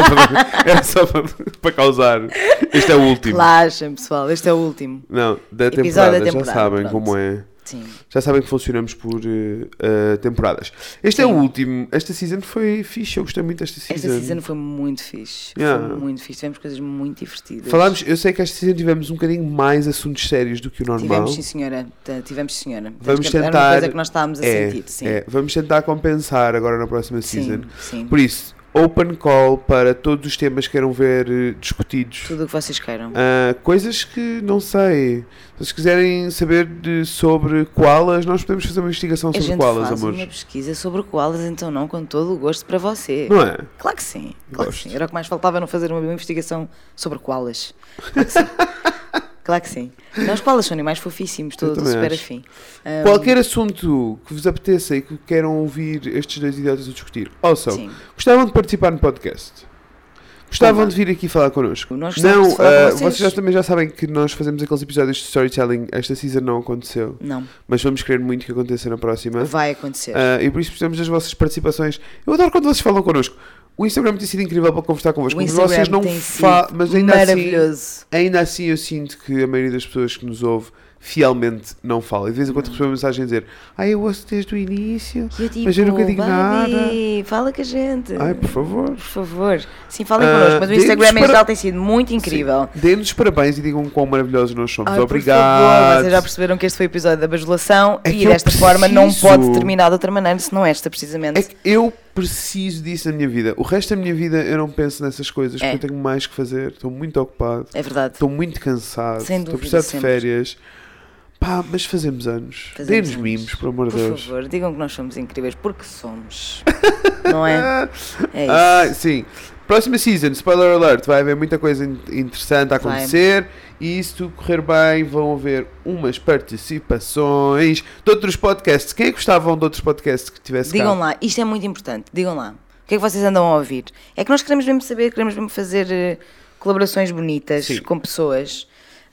Era só para causar. Este é o último. Relaxem, pessoal, este é o último. Não, da Episódio temporada, da já temporada, sabem pronto. como é. Sim. Já sabem que funcionamos por temporadas. Este é o último. Esta season foi fixe, eu gostei muito desta season. Esta season foi muito fixe. Yeah. Foi muito fixe. Tivemos coisas muito divertidas. Falámos, eu sei que esta season tivemos um bocadinho mais assuntos sérios do que o normal. Tivemos, sim, senhora. Tivemos, sim, senhora. Vamos Era tentar. uma coisa que nós estávamos a sentir, sim. Vamos tentar compensar agora na próxima Sim, season. sim. Por isso, open call para todos os temas que queiram ver discutidos. Tudo o que vocês queiram. Coisas que não sei. Se vocês quiserem saber sobre koalas, nós podemos fazer uma investigação A sobre gente koalas, faz amores. uma pesquisa sobre koalas, então não, com todo o gosto para você. Não é? Claro que sim. Claro que Gosto. sim. Era o que mais faltava, não fazer uma investigação sobre koalas. Claro que sim. Claro que sim. Não, os koalas são animais fofíssimos, tudo também super acho. afim. Qualquer assunto que vos apeteça e que queiram ouvir estes dois idiotas a discutir. Also, Sim. gostavam de participar no podcast? Gostavam Olá. de vir aqui falar connosco? Nós gostávamos Não, de falar com vocês. também já sabem que nós fazemos aqueles episódios de storytelling. Esta season não aconteceu, Não, mas vamos querer muito que aconteça na próxima. vai acontecer. E por isso precisamos das vossas participações. Eu adoro quando vocês falam connosco. O Instagram tem sido incrível para conversar convosco. O Mas Instagram vocês não tem mas sido ainda assim, maravilhoso. ainda assim eu sinto que a maioria das pessoas que nos ouve fielmente não fala. E de vez em quando recebo uma mensagem a dizer: eu ouço desde o início, E eu tipo, mas eu nunca digo nada. Babi, fala com a gente. Ai, por favor. Por favor. Sim, falem connosco, mas o dê-nos Instagram em para- geral tem sido muito incrível. Dê-nos parabéns e digam quão maravilhosos nós somos. Ai, Obrigado. Por favor, vocês já perceberam que este foi o episódio da bajulação É que e eu desta forma não preciso. pode terminar de outra maneira, se não esta, precisamente. É que eu preciso disso na minha vida. O resto da minha vida eu não penso nessas coisas É. porque eu tenho mais que fazer. Estou muito ocupado. É verdade. Estou muito cansado. Sem Estou a dúvida, precisar de sempre. férias. Pá, mas fazemos anos. Fazemos Dê-nos anos. mimos, por amor de Por Deus. favor, digam que nós somos incríveis, porque somos. Não é? É isso. Ah, sim. Próxima season, spoiler alert, vai haver muita coisa interessante a Vai. acontecer e se tudo correr bem vão haver umas participações de outros podcasts. Quem é que gostavam de outros podcasts que tivesse cá? Digam lá, isto é muito importante, digam lá. O que é que vocês andam a ouvir? É que nós queremos mesmo saber, queremos mesmo fazer colaborações bonitas Sim. com pessoas.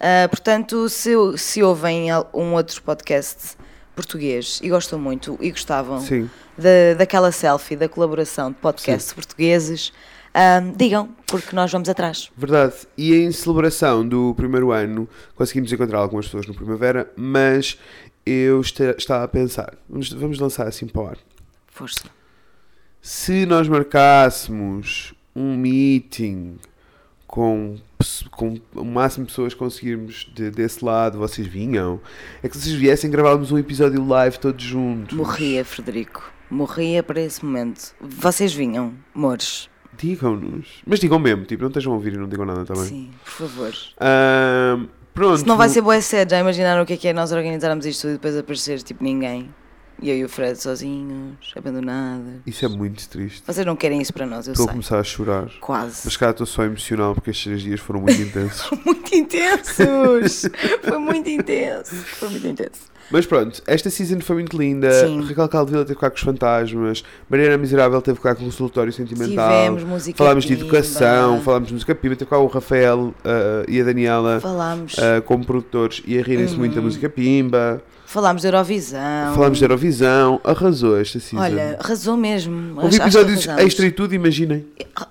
Portanto, se ouvem um outro podcast português e gostam muito e gostavam Sim. daquela selfie, da colaboração de podcasts portugueses, digam, porque nós vamos atrás. Verdade. E em celebração do primeiro ano, conseguimos encontrar algumas pessoas no Primavera, mas eu estava a pensar, vamos lançar assim para o ar. Força. Se nós marcássemos um meeting com o máximo de pessoas conseguirmos desse lado, vocês vinham? É que se vocês viessem, gravávamos um episódio live todos juntos. Morria, Frederico. Morria para esse momento. Vocês vinham, amores. Digam-nos. Mas digam mesmo, tipo, não estejam a ouvir e não digam nada também. Sim, por favor. Pronto. Se não vai ser boa sério, já imaginaram o que é nós organizarmos isto e depois aparecer tipo ninguém. E eu e o Fred sozinhos, abandonados. Isso é muito triste. Vocês não querem isso para nós, eu Estou a sei. começar a chorar. Quase. Mas cara, estou só emocional porque estes 3 dias foram muito intensos. Muito intensos! Foi muito intenso. Foi muito intenso. Mas pronto, esta season foi muito linda. Sim. Raquel Caldevila teve que ficar com os fantasmas. Mariana Miserável teve que ficar com o consultório sentimental. Tivemos música Falámos de pimba. educação, falámos de música pimba. Teve cá o Rafael e a Daniela Falámos. como produtores e a rirem-se muito da música pimba. Falámos de Eurovisão. Falámos de Eurovisão. Arrasou esta season. Olha, arrasou mesmo. Houve Acho que episódios arrasamos. extra e tudo, imaginem.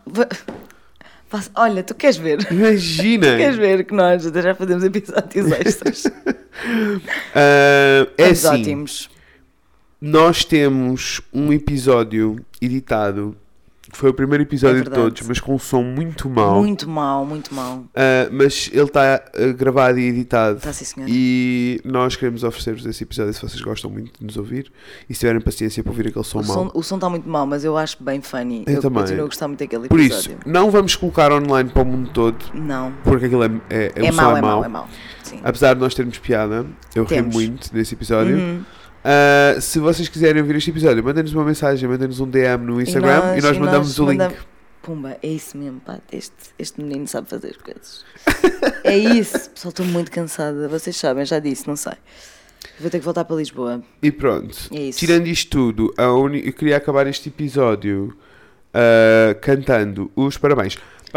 Olha, tu queres ver? Imaginem. Queres ver que nós até já fazemos episódios extras? É Estamos assim, ótimos. nós temos um episódio editado, que foi o primeiro episódio de verdade. todos, mas com um som muito mau. Muito mau, muito mau. Mas ele está gravado e editado. Está sim, senhora. E nós queremos oferecer-vos esse episódio se vocês gostam muito de nos ouvir e se tiverem paciência para ouvir aquele som mau. O som está muito mau, mas eu acho bem funny. Eu também. continuo a gostar muito daquele Por episódio. isso, não vamos colocar online para o mundo todo, Não. porque aquilo o som mau, é mau. é mau. Sim. Apesar de nós termos piada, eu ri Temos. muito nesse episódio. Uhum. Se vocês quiserem ouvir este episódio, mandem-nos uma mensagem, mandem-nos um DM no Instagram e nós mandamos o link. Pumba, é isso mesmo, pá. Este menino sabe fazer as coisas. É isso. Pessoal, estou muito cansada. Vocês sabem, já disse, não sei. Vou ter que voltar para Lisboa. E pronto, É isso. tirando isto tudo, eu queria acabar este episódio cantando os parabéns.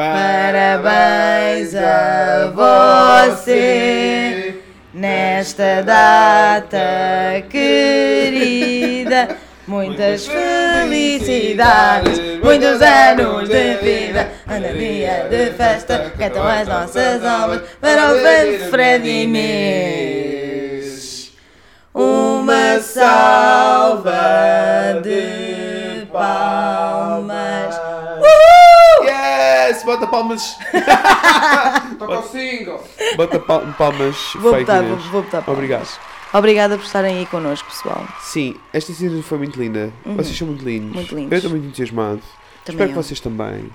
Parabéns a você nesta data querida. Muitas felicidades, muitos anos de vida. Anda dia de festa, cantam as nossas almas para o grande Fred e Inês. Uma salva de palmas. Yes! Bota palmas! Toca o single! Bota palmas Vou fake botar, Inês. vou botar palmas. Obrigado. Obrigada por estarem aí connosco, pessoal. Sim, esta season foi muito linda. Vocês são muito lindos. Muito lindos. Eu estou muito entusiasmado. Também Espero que eu. vocês também.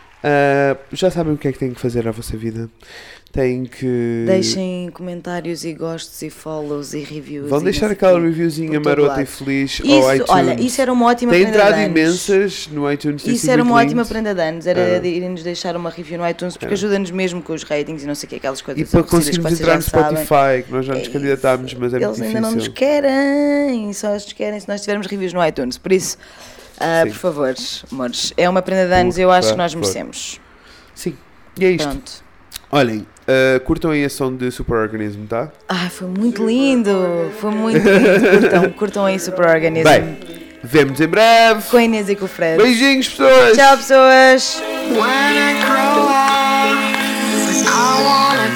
Já sabem o que é que têm que fazer à vossa vida. Têm que... Deixem comentários e gostos e follows e reviews. Vão e deixar não sei aquela quê, reviewzinha por todo marota lado. e feliz Isso, ao iTunes. olha, isso era uma ótima Tem prenda de entrado anos. imensas no iTunes. tem Isso sido era uma muito ótima lindo. prenda de anos, era de irem-nos deixar uma review no iTunes, porque ajuda-nos mesmo com os ratings e não sei o que, aquelas coisas E para aborrecidas que conseguirmos vocês entrar no já sabem. Spotify, que nós já nos É candidatámos, mas é Eles muito ainda não nos difícil. querem, só nos querem se nós tivermos reviews no iTunes, por isso, Sim. por favor, amores, é uma prenda de anos e eu acho que nós merecemos. Sim, e é isto. Pronto. Olhem, curtam aí a som de Superorganism, tá? Ai, foi muito lindo, curtam, curtam aí Superorganism. Bem, vemo-nos em breve. Com a Inês e com o Fred. Beijinhos, pessoas! Tchau, pessoas! When I grow up, I wanna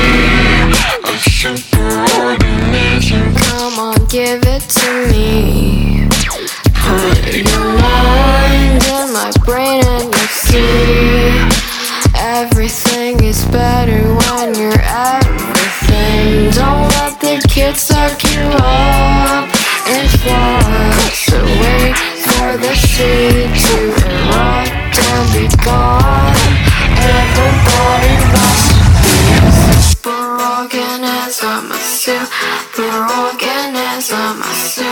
be a superorganism. Come on, give it to me. Put your mind in my brain and you see everything is better when you're everything. Don't let the kids suck you up and flux away for the sea to erupt and be gone. Everybody must be a superorganism, a superorganism, a superorganism.